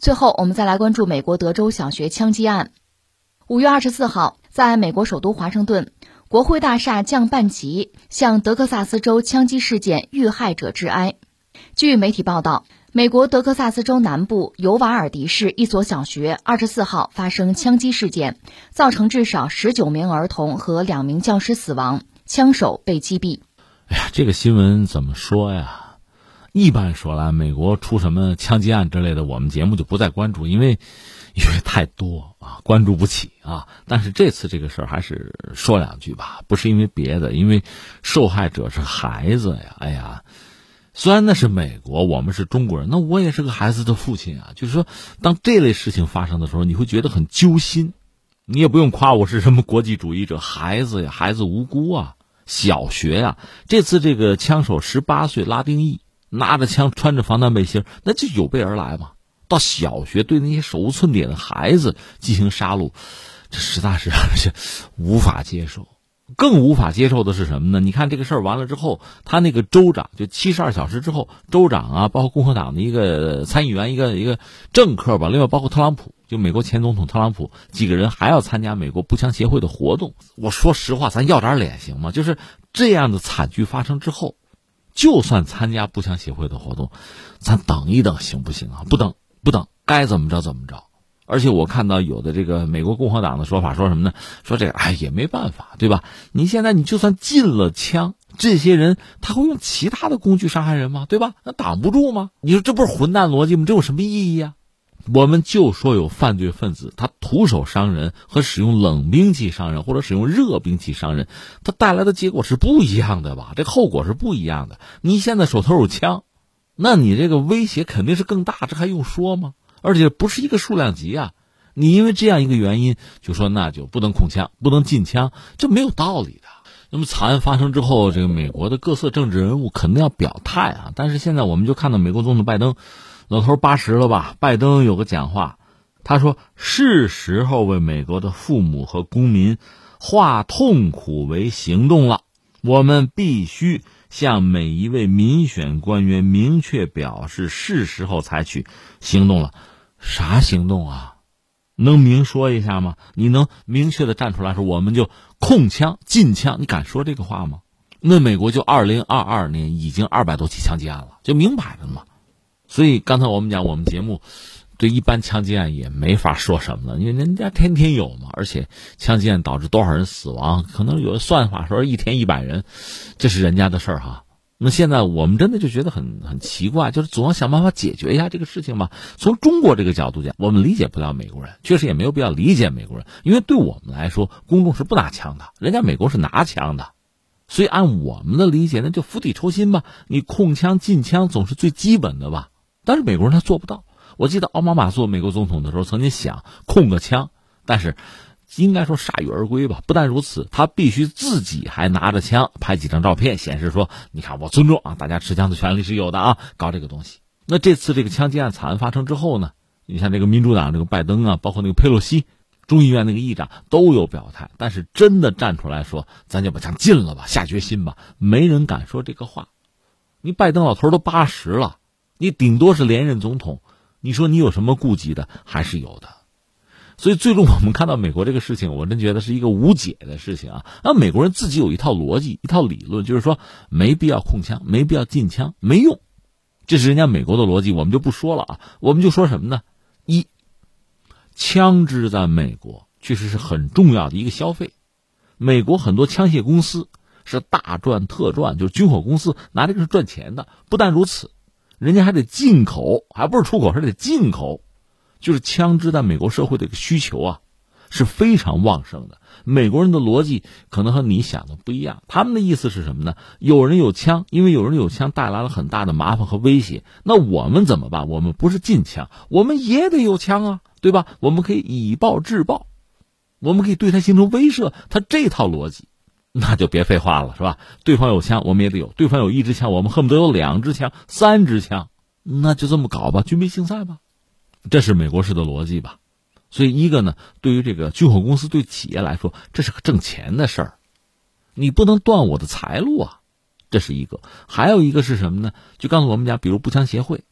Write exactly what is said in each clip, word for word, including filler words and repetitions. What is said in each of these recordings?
最后，我们再来关注美国德州小学枪击案。五月二十四号，在美国首都华盛顿，国会大厦降半旗，向德克萨斯州枪击事件遇害者致哀。据媒体报道，美国德克萨斯州南部尤瓦尔迪市一所小学二十四号发生枪击事件，造成至少十九名儿童和两名教师死亡，枪手被击毙。 哎呀，这个新闻怎么说呀？一般说来，美国出什么枪击案之类的，我们节目就不再关注，因为因为太多啊，关注不起啊。但是这次这个事儿还是说两句吧，不是因为别的，因为受害者是孩子呀。哎呀，虽然那是美国，我们是中国人，那我也是个孩子的父亲啊。就是说，当这类事情发生的时候，你会觉得很揪心。你也不用夸我是什么国际主义者，孩子呀，孩子无辜啊，小学呀。这次这个枪手十八岁，拉丁裔。拿着枪穿着防弹背心，那就有备而来嘛。到小学对那些手无寸铁的孩子进行杀戮，这实在是让人无法接受。更无法接受的是什么呢？你看这个事儿完了之后，他那个州长就七十二小时之后，州长啊，包括共和党的一个参议员，一个一个政客吧，另外包括特朗普，就美国前总统特朗普几个人还要参加美国步枪协会的活动。我说实话，咱要点脸行吗？就是这样的惨剧发生之后。就算参加步枪协会的活动，咱等一等行不行啊？不等不等，该怎么着怎么着。而且我看到有的这个美国共和党的说法说什么呢？说这个哎也没办法，对吧？你现在你就算进了枪，这些人他会用其他的工具杀害人吗？对吧？那挡不住吗？你说这不是混蛋逻辑吗？这有什么意义啊？我们就说有犯罪分子，他徒手伤人和使用冷兵器伤人或者使用热兵器伤人，他带来的结果是不一样的吧？这个后果是不一样的。你现在手头有枪，那你这个威胁肯定是更大，这还用说吗？而且不是一个数量级啊！你因为这样一个原因就说那就不能控枪，不能禁枪，这没有道理的。那么惨案发生之后，这个美国的各色政治人物肯定要表态啊。但是现在我们就看到美国总统拜登，老头八十了吧？拜登有个讲话，他说是时候为美国的父母和公民化痛苦为行动了。我们必须向每一位民选官员明确表示，是时候采取行动了。啥行动啊？能明说一下吗？你能明确的站出来说我们就控枪禁枪，你敢说这个话吗？那美国就二零二二年已经二百多起枪击案了，就明摆着嘛。所以刚才我们讲我们节目对一般枪击案也没法说什么了，因为人家天天有嘛，而且枪击案导致多少人死亡，可能有的算法说一天一百人，这是人家的事儿哈。那现在我们真的就觉得很很奇怪，就是总要想办法解决一下这个事情嘛。从中国这个角度讲，我们理解不了美国人，确实也没有必要理解美国人，因为对我们来说，公众是不拿枪的，人家美国是拿枪的。所以按我们的理解，那就釜底抽薪吧，你控枪禁枪总是最基本的吧。但是美国人他做不到。我记得奥巴马做美国总统的时候曾经想控个枪，但是应该说铩羽而归吧。不但如此，他必须自己还拿着枪拍几张照片，显示说你看我尊重啊，大家持枪的权利是有的啊，搞这个东西。那这次这个枪击案惨案发生之后呢，你像这个民主党这个拜登啊，包括那个佩洛西众议院那个议长都有表态，但是真的站出来说咱就把枪禁了吧，下决心吧，没人敢说这个话。你拜登老头都八十了，你顶多是连任总统，你说你有什么顾忌的？还是有的。所以最终我们看到美国这个事情，我真觉得是一个无解的事情啊。那美国人自己有一套逻辑，一套理论，就是说没必要控枪，没必要禁枪，没用。这是人家美国的逻辑，我们就不说了啊。我们就说什么呢？一，枪支在美国确实是很重要的一个消费。美国很多枪械公司是大赚特赚，就是军火公司拿这个是赚钱的。不但如此，人家还得进口，还不是出口，还得进口。就是枪支在美国社会的一个需求啊，是非常旺盛的。美国人的逻辑可能和你想的不一样，他们的意思是什么呢？有人有枪，因为有人有枪带来了很大的麻烦和威胁，那我们怎么办？我们不是禁枪，我们也得有枪啊，对吧？我们可以以暴制暴，我们可以对他形成威慑，他这套逻辑那就别废话了，是吧？对方有枪我们也得有，对方有一支枪我们恨不得有两支枪三支枪，那就这么搞吧，军备竞赛吧。这是美国式的逻辑吧。所以一个呢，对于这个军火公司对企业来说，这是个挣钱的事儿，你不能断我的财路啊，这是一个。还有一个是什么呢？就刚才我们讲，比如步枪协会，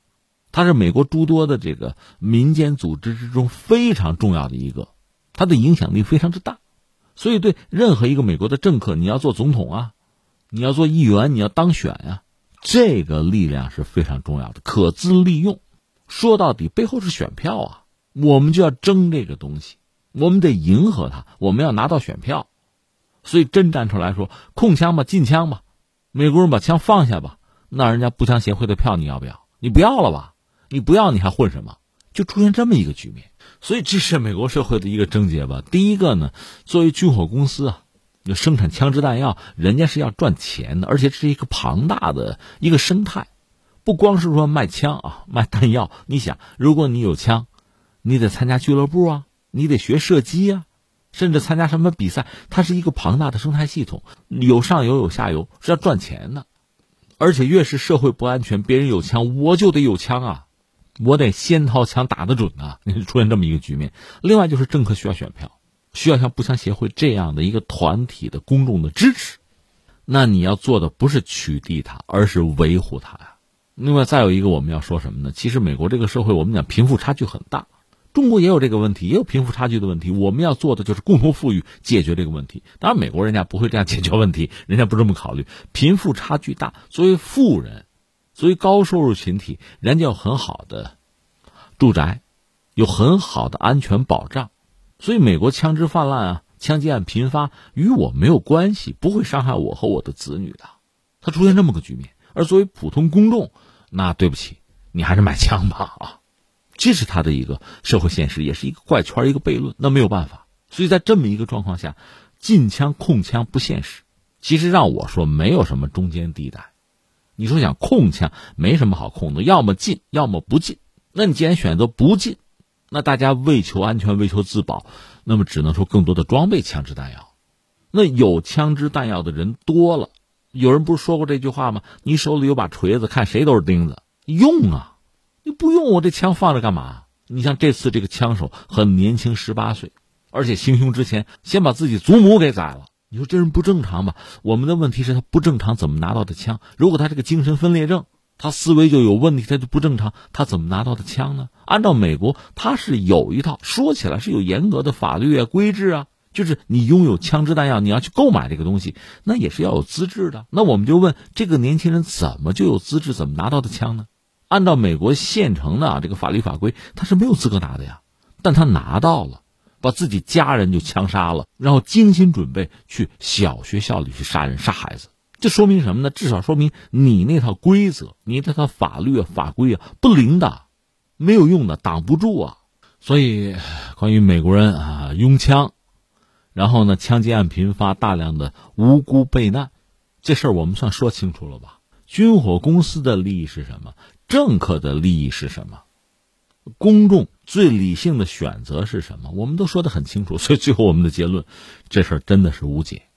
它是美国诸多的这个民间组织之中非常重要的一个，它的影响力非常之大。所以对任何一个美国的政客，你要做总统啊，你要做议员，你要当选啊，这个力量是非常重要的，可资利用。说到底背后是选票啊，我们就要争这个东西，我们得迎合它，我们要拿到选票。所以真站出来说控枪吧，禁枪吧，美国人把枪放下吧，那人家步枪协会的票你要不要？你不要了吧？你不要你还混什么？就出现这么一个局面。所以这是美国社会的一个症结吧。第一个呢，作为军火公司啊，就生产枪支弹药，人家是要赚钱的，而且这是一个庞大的一个生态。不光是说卖枪啊，卖弹药，你想如果你有枪，你得参加俱乐部啊，你得学射击啊，甚至参加什么比赛，它是一个庞大的生态系统，有上游有下游，是要赚钱的。而且越是社会不安全，别人有枪我就得有枪啊，我得先掏枪打得准啊，出现这么一个局面。另外就是政客需要选票，需要像步枪协会这样的一个团体的公众的支持，那你要做的不是取缔它，而是维护它呀。另外再有一个我们要说什么呢？其实美国这个社会我们讲贫富差距很大，中国也有这个问题，也有贫富差距的问题，我们要做的就是共同富裕，解决这个问题。当然美国人家不会这样解决问题，人家不这么考虑。贫富差距大，作为富人，作为高收入群体，人家有很好的住宅，有很好的安全保障，所以美国枪支泛滥啊，枪击案频发与我没有关系，不会伤害我和我的子女的。它出现这么个局面，而作为普通公众，那对不起，你还是买枪吧啊！这是他的一个社会现实，也是一个怪圈，一个悖论，那没有办法。所以在这么一个状况下，禁枪控枪不现实。其实让我说，没有什么中间地带。你说想控枪，没什么好控的，要么禁，要么不禁。那你既然选择不禁，那大家为求安全，为求自保，那么只能说更多的装备枪支弹药。那有枪支弹药的人多了，有人不是说过这句话吗？你手里有把锤子，看谁都是钉子，用啊！你不用我这枪放着干嘛？你像这次这个枪手很年轻，十八岁，而且行凶之前先把自己祖母给宰了。你说这人不正常吧？我们的问题是他不正常，怎么拿到的枪？如果他这个精神分裂症，他思维就有问题，他就不正常，他怎么拿到的枪呢？按照美国，他是有一套，说起来是有严格的法律啊、规制啊，就是你拥有枪支弹药，你要去购买这个东西，那也是要有资质的。那我们就问，这个年轻人怎么就有资质，怎么拿到的枪呢？按照美国现成的啊这个法律法规，他是没有资格拿的呀，但他拿到了，把自己家人就枪杀了，然后精心准备去小学校里去杀人杀孩子。这说明什么呢？至少说明你那套规则，你那套法律啊法规啊不灵的，没有用的，挡不住啊。所以关于美国人啊拥枪，然后呢枪击案频发，大量的无辜被难，这事儿我们算说清楚了吧？军火公司的利益是什么？政客的利益是什么？公众最理性的选择是什么？我们都说得很清楚，所以最后我们的结论，这事儿真的是无解。